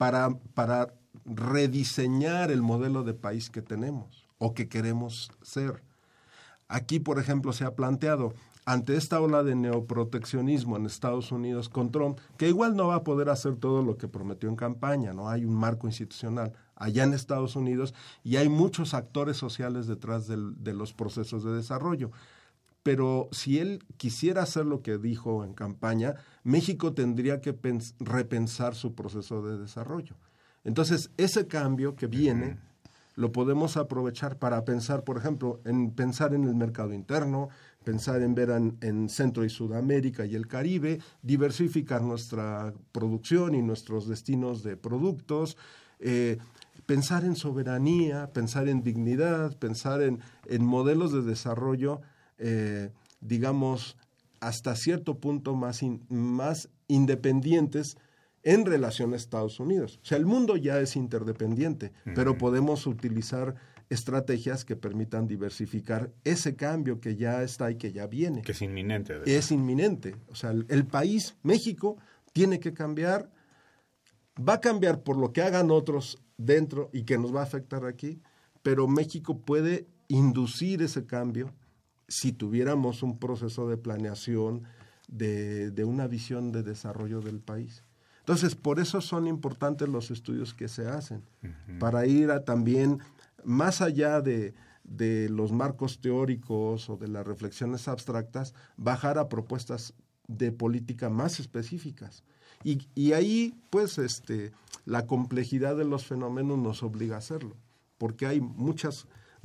para rediseñar el modelo de país que tenemos o que queremos ser. Aquí, por ejemplo, se ha planteado, ante esta ola de neoproteccionismo en Estados Unidos con Trump, que igual no va a poder hacer todo lo que prometió en campaña, ¿no? Hay un marco institucional allá en Estados Unidos y hay muchos actores sociales detrás de los procesos de desarrollo. Pero si él quisiera hacer lo que dijo en campaña, México tendría que repensar su proceso de desarrollo. Entonces, ese cambio que viene lo podemos aprovechar para pensar, por ejemplo, pensar en el mercado interno, pensar en ver en Centro y Sudamérica y el Caribe, diversificar nuestra producción y nuestros destinos de productos, pensar en soberanía, pensar en dignidad, pensar en modelos de desarrollo, digamos, hasta cierto punto más independientes en relación a Estados Unidos. O sea, el mundo ya es interdependiente, pero podemos utilizar estrategias que permitan diversificar ese cambio que ya está y que ya viene. Que es inminente. Además. Es inminente. O sea, el país, México, tiene que cambiar, va a cambiar por lo que hagan otros dentro y que nos va a afectar aquí, pero México puede inducir ese cambio si tuviéramos un proceso de planeación de una visión de desarrollo del país. Entonces, por eso son importantes los estudios que se hacen, para ir también más allá de los marcos teóricos o de las reflexiones abstractas, bajar a propuestas de política más específicas. Y ahí, pues, la complejidad de los fenómenos nos obliga a hacerlo, porque hay muchos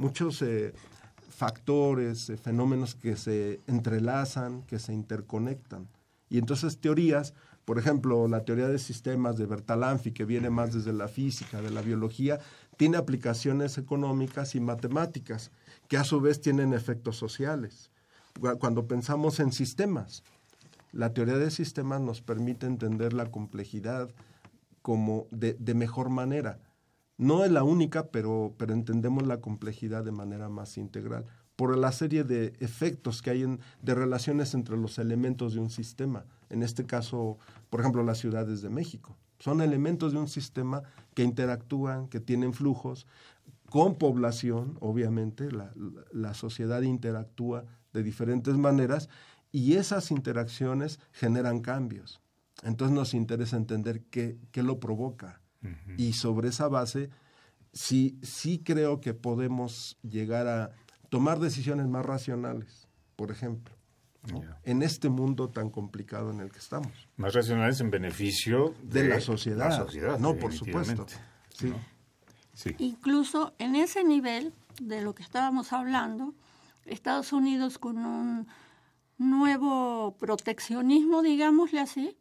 factores, fenómenos que se entrelazan, que se interconectan. Y entonces teorías, por ejemplo, la teoría de sistemas de Bertalanffy, que viene más desde la física, de la biología, tiene aplicaciones económicas y matemáticas, que a su vez tienen efectos sociales. Cuando pensamos en sistemas, la teoría de sistemas nos permite entender la complejidad como de mejor manera. No es la única, pero entendemos la complejidad de manera más integral, por la serie de efectos que hay de relaciones entre los elementos de un sistema. En este caso, por ejemplo, las ciudades de México. Son elementos de un sistema que interactúan, que tienen flujos, con población, obviamente, la sociedad interactúa de diferentes maneras y esas interacciones generan cambios. Entonces nos interesa entender qué lo provoca. Y sobre esa base, sí creo que podemos llegar a tomar decisiones más racionales, por ejemplo, ¿no? En este mundo tan complicado en el que estamos. Más racionales en beneficio de la sociedad. No, por supuesto. Sí. ¿No? Sí. Incluso en ese nivel de lo que estábamos hablando, Estados Unidos con un nuevo proteccionismo, digámosle así,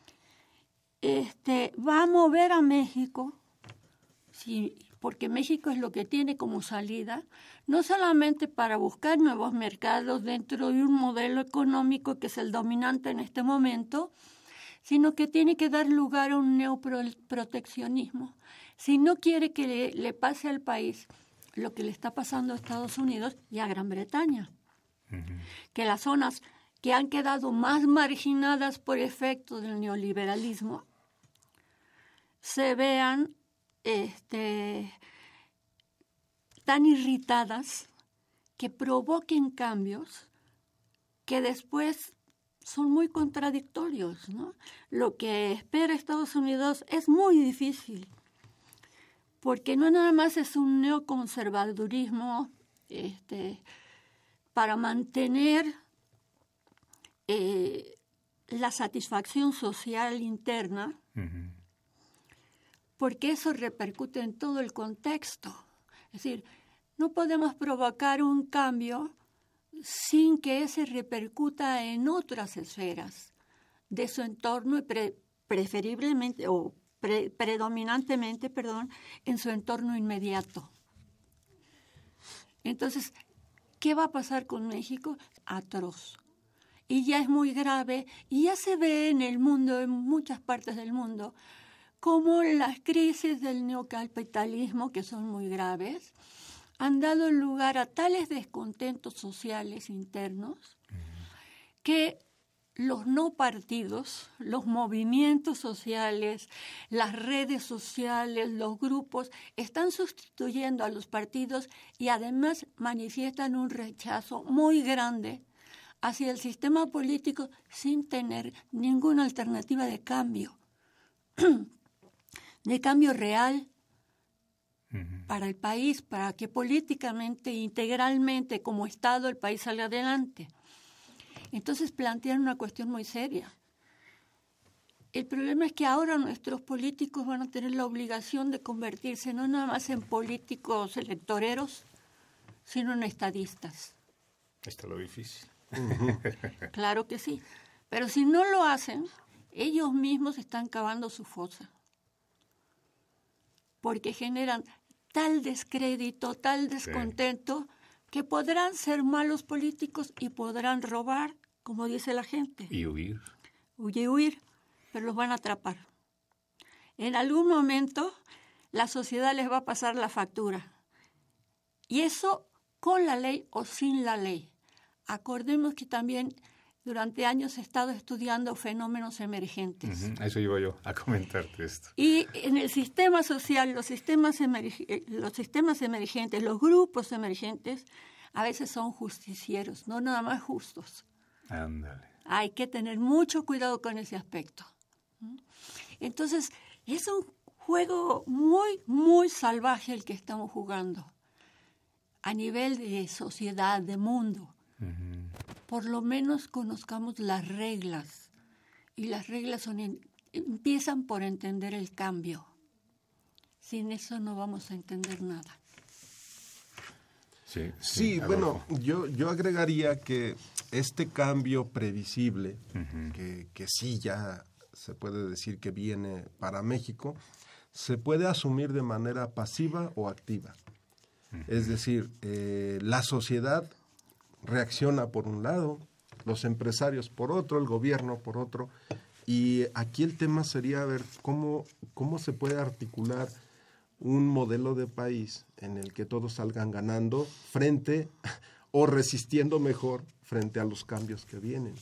va a mover a México, sí, porque México es lo que tiene como salida, no solamente para buscar nuevos mercados dentro de un modelo económico que es el dominante en este momento, sino que tiene que dar lugar a un neoproteccionismo. Si no quiere que le pase al país lo que le está pasando a Estados Unidos y a Gran Bretaña, que las zonas que han quedado más marginadas por efecto del neoliberalismo se vean tan irritadas que provoquen cambios que después son muy contradictorios, ¿no? Lo que espera Estados Unidos es muy difícil, porque no nada más es un neoconservadurismo para mantener la satisfacción social interna, porque eso repercute en todo el contexto. Es decir, no podemos provocar un cambio sin que ese repercuta en otras esferas de su entorno y preferiblemente o predominantemente, en su entorno inmediato. Entonces, ¿qué va a pasar con México? Atroz. Y ya es muy grave, y ya se ve en el mundo, en muchas partes del mundo, como las crisis del neocapitalismo, que son muy graves, han dado lugar a tales descontentos sociales internos que los no partidos, los movimientos sociales, las redes sociales, los grupos, están sustituyendo a los partidos y además manifiestan un rechazo muy grande hacia el sistema político sin tener ninguna alternativa de cambio real para el país, para que políticamente, integralmente, como Estado, el país salga adelante. Entonces plantean una cuestión muy seria. El problema es que ahora nuestros políticos van a tener la obligación de convertirse no nada más en políticos electoreros, sino en estadistas. Está lo difícil. Claro que sí. Pero si no lo hacen, ellos mismos están cavando su fosa. Porque generan tal descrédito, tal descontento, que podrán ser malos políticos y podrán robar, como dice la gente. Y huir. Huir, pero los van a atrapar. En algún momento la sociedad les va a pasar la factura. Y eso con la ley o sin la ley. Acordemos que también durante años he estado estudiando fenómenos emergentes. A eso iba yo, a comentarte esto. Y en el sistema social, los sistemas emergentes, los grupos emergentes, a veces son justicieros, no nada más justos. Ándale. Hay que tener mucho cuidado con ese aspecto. Entonces, es un juego muy, muy salvaje el que estamos jugando a nivel de sociedad, de mundo. Por lo menos conozcamos las reglas. Y las reglas empiezan por entender el cambio. Sin eso no vamos a entender nada. Sí, bueno, yo agregaría que este cambio previsible, que sí ya se puede decir que viene para México, se puede asumir de manera pasiva o activa. Es decir, la sociedad reacciona por un lado, los empresarios por otro, el gobierno por otro, y aquí el tema sería ver cómo se puede articular un modelo de país en el que todos salgan ganando frente o resistiendo mejor frente a los cambios que vienen.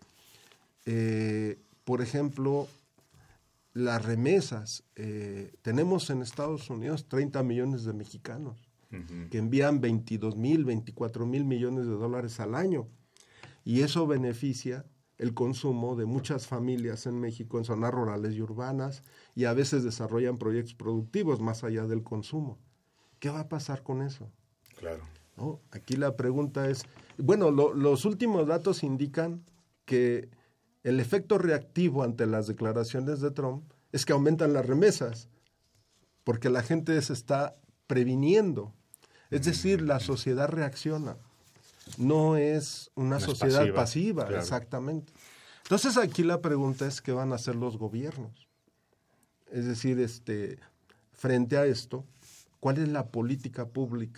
Por ejemplo, las remesas. Tenemos en Estados Unidos 30 millones de mexicanos que envían 22,000, 24,000 millones de dólares al año. Y eso beneficia el consumo de muchas familias en México, en zonas rurales y urbanas, y a veces desarrollan proyectos productivos más allá del consumo. ¿Qué va a pasar con eso? Claro. ¿No? Aquí la pregunta es, bueno, los últimos datos indican que el efecto reactivo ante las declaraciones de Trump es que aumentan las remesas, porque la gente se está previniendo. Es decir, la sociedad reacciona. No es una sociedad pasiva, claro. Exactamente. Entonces aquí la pregunta es ¿qué van a hacer los gobiernos? Es decir, frente a esto, ¿cuál es la política pública?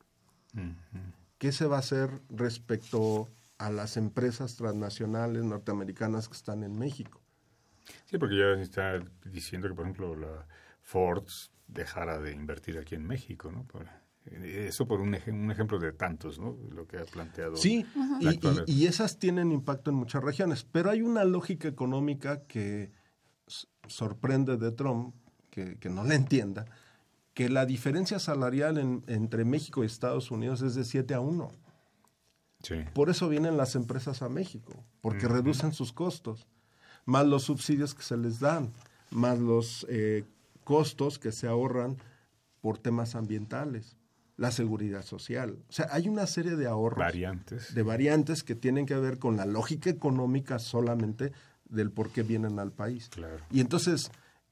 ¿Qué se va a hacer respecto a las empresas transnacionales norteamericanas que están en México? Sí, porque ya se está diciendo que, por ejemplo, la Ford dejara de invertir aquí en México, ¿no? Eso por un ejemplo de tantos, ¿no? Lo que ha planteado. Sí, y esas tienen impacto en muchas regiones, pero hay una lógica económica que sorprende de Trump, que no la entienda, que la diferencia salarial entre México y Estados Unidos es de 7-1. Sí. Por eso vienen las empresas a México, porque reducen sus costos, más los subsidios que se les dan, más los costos que se ahorran por temas ambientales, la seguridad social. O sea, hay una serie de ahorros. Variantes que tienen que ver con la lógica económica solamente del por qué vienen al país. Claro. Y entonces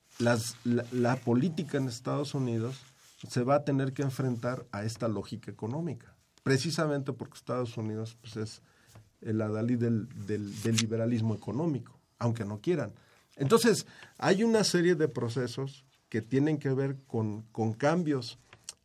la política en Estados Unidos se va a tener que enfrentar a esta lógica económica, precisamente porque Estados Unidos pues, es el adalid del liberalismo económico, aunque no quieran. Entonces, hay una serie de procesos que tienen que ver con cambios,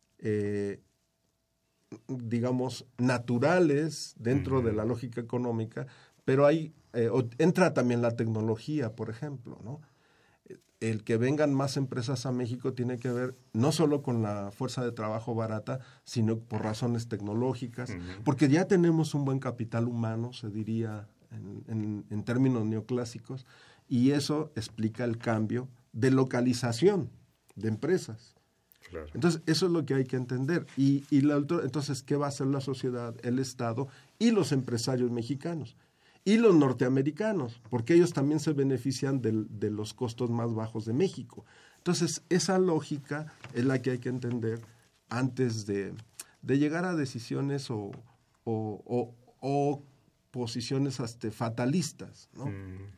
digamos, naturales dentro de la lógica económica, pero entra también la tecnología, por ejemplo, ¿no? El que vengan más empresas a México tiene que ver no solo con la fuerza de trabajo barata, sino por razones tecnológicas, porque ya tenemos un buen capital humano, se diría en términos neoclásicos, y eso explica el cambio de localización de empresas. Claro. Entonces, eso es lo que hay que entender. Entonces, ¿qué va a hacer la sociedad, el Estado y los empresarios mexicanos? Y los norteamericanos, porque ellos también se benefician de los costos más bajos de México. Entonces, esa lógica es la que hay que entender antes de llegar a decisiones o posiciones hasta fatalistas, ¿no?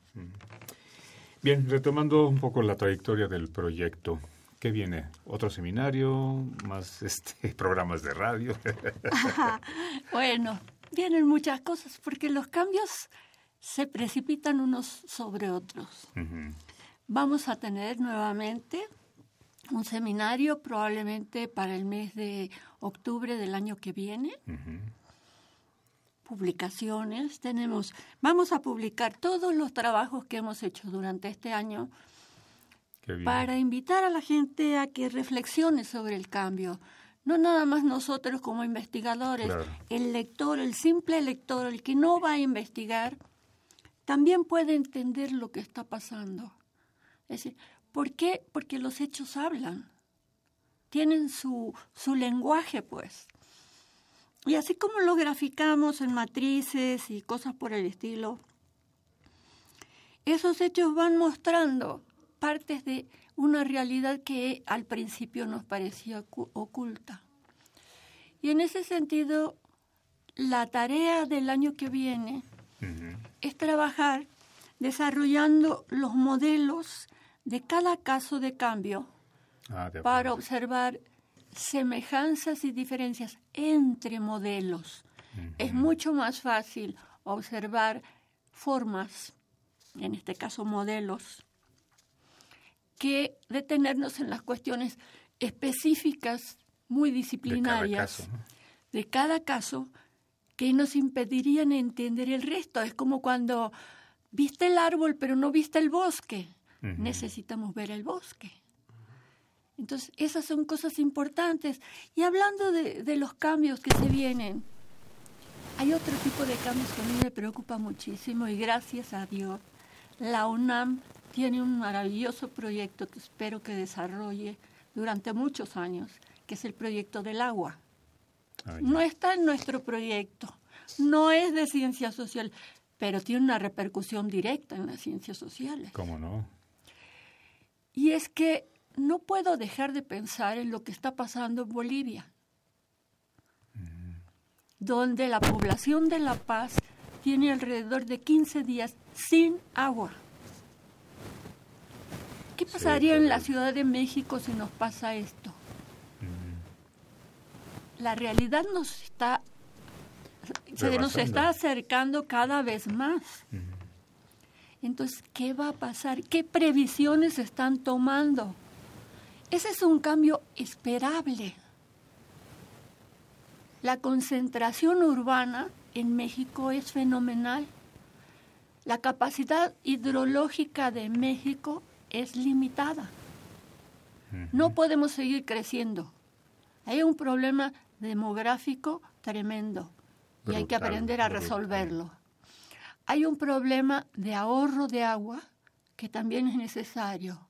Bien, retomando un poco la trayectoria del proyecto, ¿qué viene? ¿Otro seminario? ¿Más programas de radio? Bueno, vienen muchas cosas porque los cambios se precipitan unos sobre otros. Vamos a tener nuevamente un seminario probablemente para el mes de octubre del año que viene. Publicaciones. Vamos a publicar todos los trabajos que hemos hecho durante este año para invitar a la gente a que reflexione sobre el cambio. No nada más nosotros como investigadores, claro. El lector, el simple lector, el que no va a investigar, también puede entender lo que está pasando. Es decir, ¿por qué? Porque los hechos hablan. Tienen su lenguaje, pues. Y así como lo graficamos en matrices y cosas por el estilo, esos hechos van mostrando partes de una realidad que al principio nos parecía oculta. Y en ese sentido, la tarea del año que viene es trabajar desarrollando los modelos de cada caso de cambio para observar semejanzas y diferencias entre modelos. Es mucho más fácil observar formas, en este caso modelos, que detenernos en las cuestiones específicas, muy disciplinarias, de cada caso, que nos impedirían entender el resto. Es como cuando viste el árbol pero no viste el bosque. Necesitamos ver el bosque. Entonces, esas son cosas importantes. Y hablando de los cambios que se vienen, hay otro tipo de cambios que a mí me preocupa muchísimo y gracias a Dios, la UNAM tiene un maravilloso proyecto que espero que desarrolle durante muchos años, que es el proyecto del agua. No está en nuestro proyecto, no es de ciencias sociales, pero tiene una repercusión directa en las ciencias sociales. ¿Cómo no? Y es que no puedo dejar de pensar en lo que está pasando en Bolivia, donde la población de La Paz tiene alrededor de 15 días sin agua. ¿Qué pasaría en la Ciudad de México si nos pasa esto? La realidad nos está acercando cada vez más. Entonces, ¿qué va a pasar? ¿Qué previsiones se están tomando? Ese es un cambio esperable. La concentración urbana en México es fenomenal. La capacidad hidrológica de México es limitada. No podemos seguir creciendo. Hay un problema demográfico tremendo y hay que aprender a resolverlo. Hay un problema de ahorro de agua que también es necesario.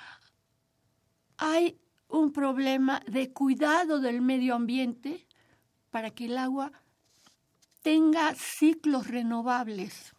Hay un problema de cuidado del medio ambiente para que el agua tenga ciclos renovables.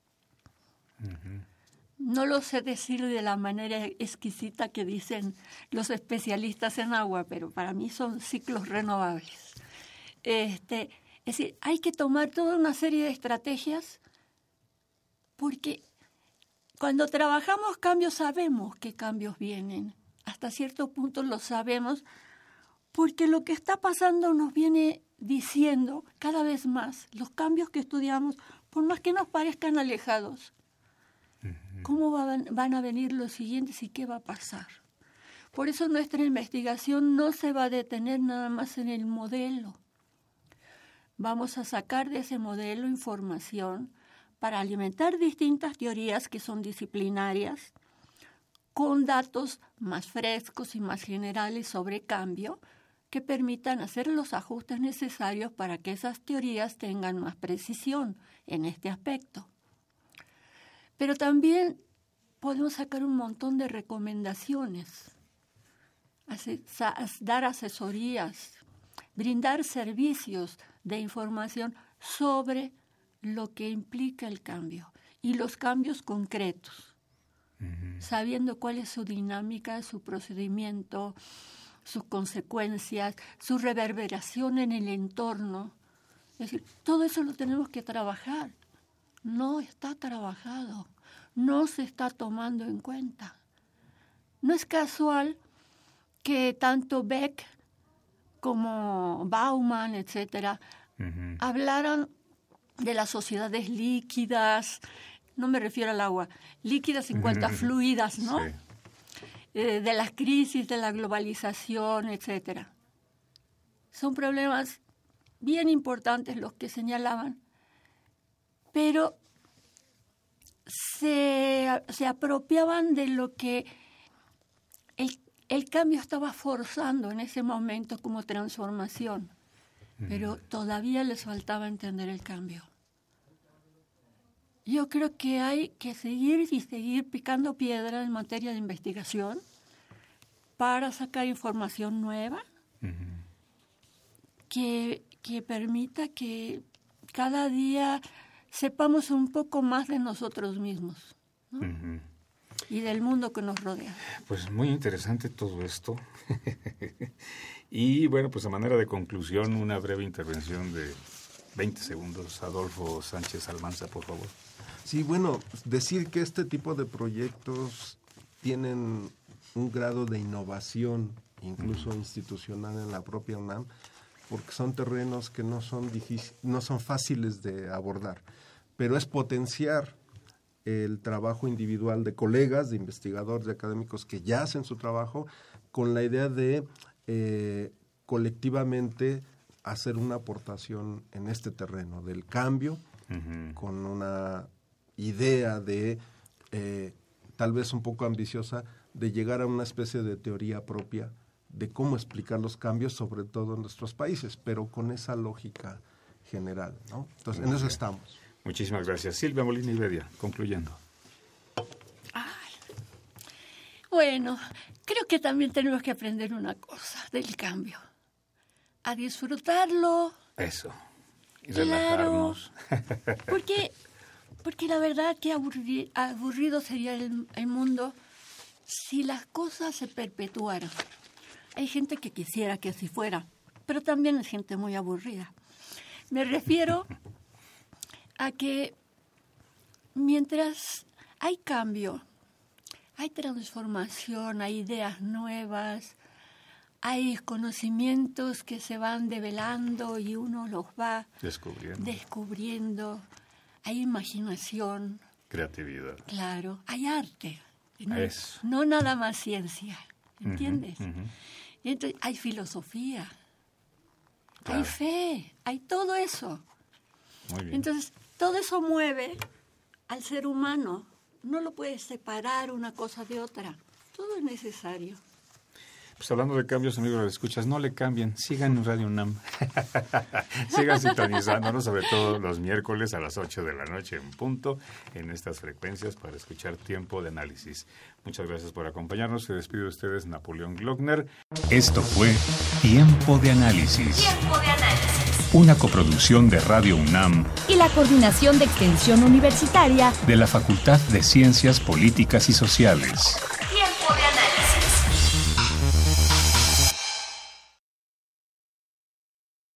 No lo sé decir de la manera exquisita que dicen los especialistas en agua, pero para mí son ciclos renovables. Es decir, hay que tomar toda una serie de estrategias porque cuando trabajamos cambios sabemos qué cambios vienen. Hasta cierto punto lo sabemos porque lo que está pasando nos viene diciendo cada vez más los cambios que estudiamos, por más que nos parezcan alejados, ¿Cómo van a venir los siguientes y qué va a pasar? Por eso nuestra investigación no se va a detener nada más en el modelo. Vamos a sacar de ese modelo información para alimentar distintas teorías que son disciplinarias, con datos más frescos y más generales sobre cambio, que permitan hacer los ajustes necesarios para que esas teorías tengan más precisión en este aspecto. Pero también podemos sacar un montón de recomendaciones, dar asesorías, brindar servicios de información sobre lo que implica el cambio y los cambios concretos, sabiendo cuál es su dinámica, su procedimiento, sus consecuencias, su reverberación en el entorno. Es decir, todo eso lo tenemos que trabajar. No está trabajado, no se está tomando en cuenta. No es casual que tanto Beck como Bauman, etcétera, hablaran de las sociedades líquidas, no me refiero al agua, líquidas en cuanto a fluidas, ¿no? Sí. De las crisis, de la globalización, etcétera. Son problemas bien importantes los que señalaban, pero se apropiaban de lo que el cambio estaba forzando en ese momento como transformación, pero todavía les faltaba entender el cambio. Yo creo que hay que seguir picando piedra en materia de investigación para sacar información nueva que permita que cada día sepamos un poco más de nosotros mismos, ¿no? Y del mundo que nos rodea. Pues muy interesante todo esto. Y bueno, pues a manera de conclusión, una breve intervención de 20 segundos. Adolfo Sánchez Almanza, por favor. Sí, bueno, decir que este tipo de proyectos tienen un grado de innovación, incluso institucional en la propia UNAM, porque son terrenos que no son fáciles de abordar, pero es potenciar el trabajo individual de colegas, de investigadores, de académicos que ya hacen su trabajo, con la idea de colectivamente hacer una aportación en este terreno del cambio, con una idea de, tal vez un poco ambiciosa, de llegar a una especie de teoría propia de cómo explicar los cambios, sobre todo en nuestros países, pero con esa lógica general, ¿no? Entonces, en eso estamos. Muchísimas gracias. Silvia Molina Iberia, concluyendo. Bueno, creo que también tenemos que aprender una cosa del cambio. A disfrutarlo. Eso. Y claro, relajarnos. Porque la verdad que aburrido sería el mundo si las cosas se perpetuaran. Hay gente que quisiera que así fuera, pero también es gente muy aburrida. Me refiero a que mientras hay cambio, hay transformación, hay ideas nuevas, hay conocimientos que se van develando y uno los va descubriendo. Hay imaginación. Creatividad. Claro, hay arte. No nada más ciencia, ¿entiendes? Y entonces hay filosofía, hay fe, hay todo eso. Muy bien. Entonces, todo eso mueve al ser humano. No lo puedes separar una cosa de otra. Todo es necesario. Pues hablando de cambios, amigos, los escuchas, no le cambien, sigan en Radio UNAM. Sigan sintonizándonos, sobre todo los miércoles a las 8 de la noche en punto, en estas frecuencias para escuchar Tiempo de Análisis. Muchas gracias por acompañarnos. Se despide de ustedes Napoleón Glockner. Esto fue Tiempo de Análisis. Tiempo de Análisis. Una coproducción de Radio UNAM y la Coordinación de Extensión Universitaria de la Facultad de Ciencias Políticas y Sociales.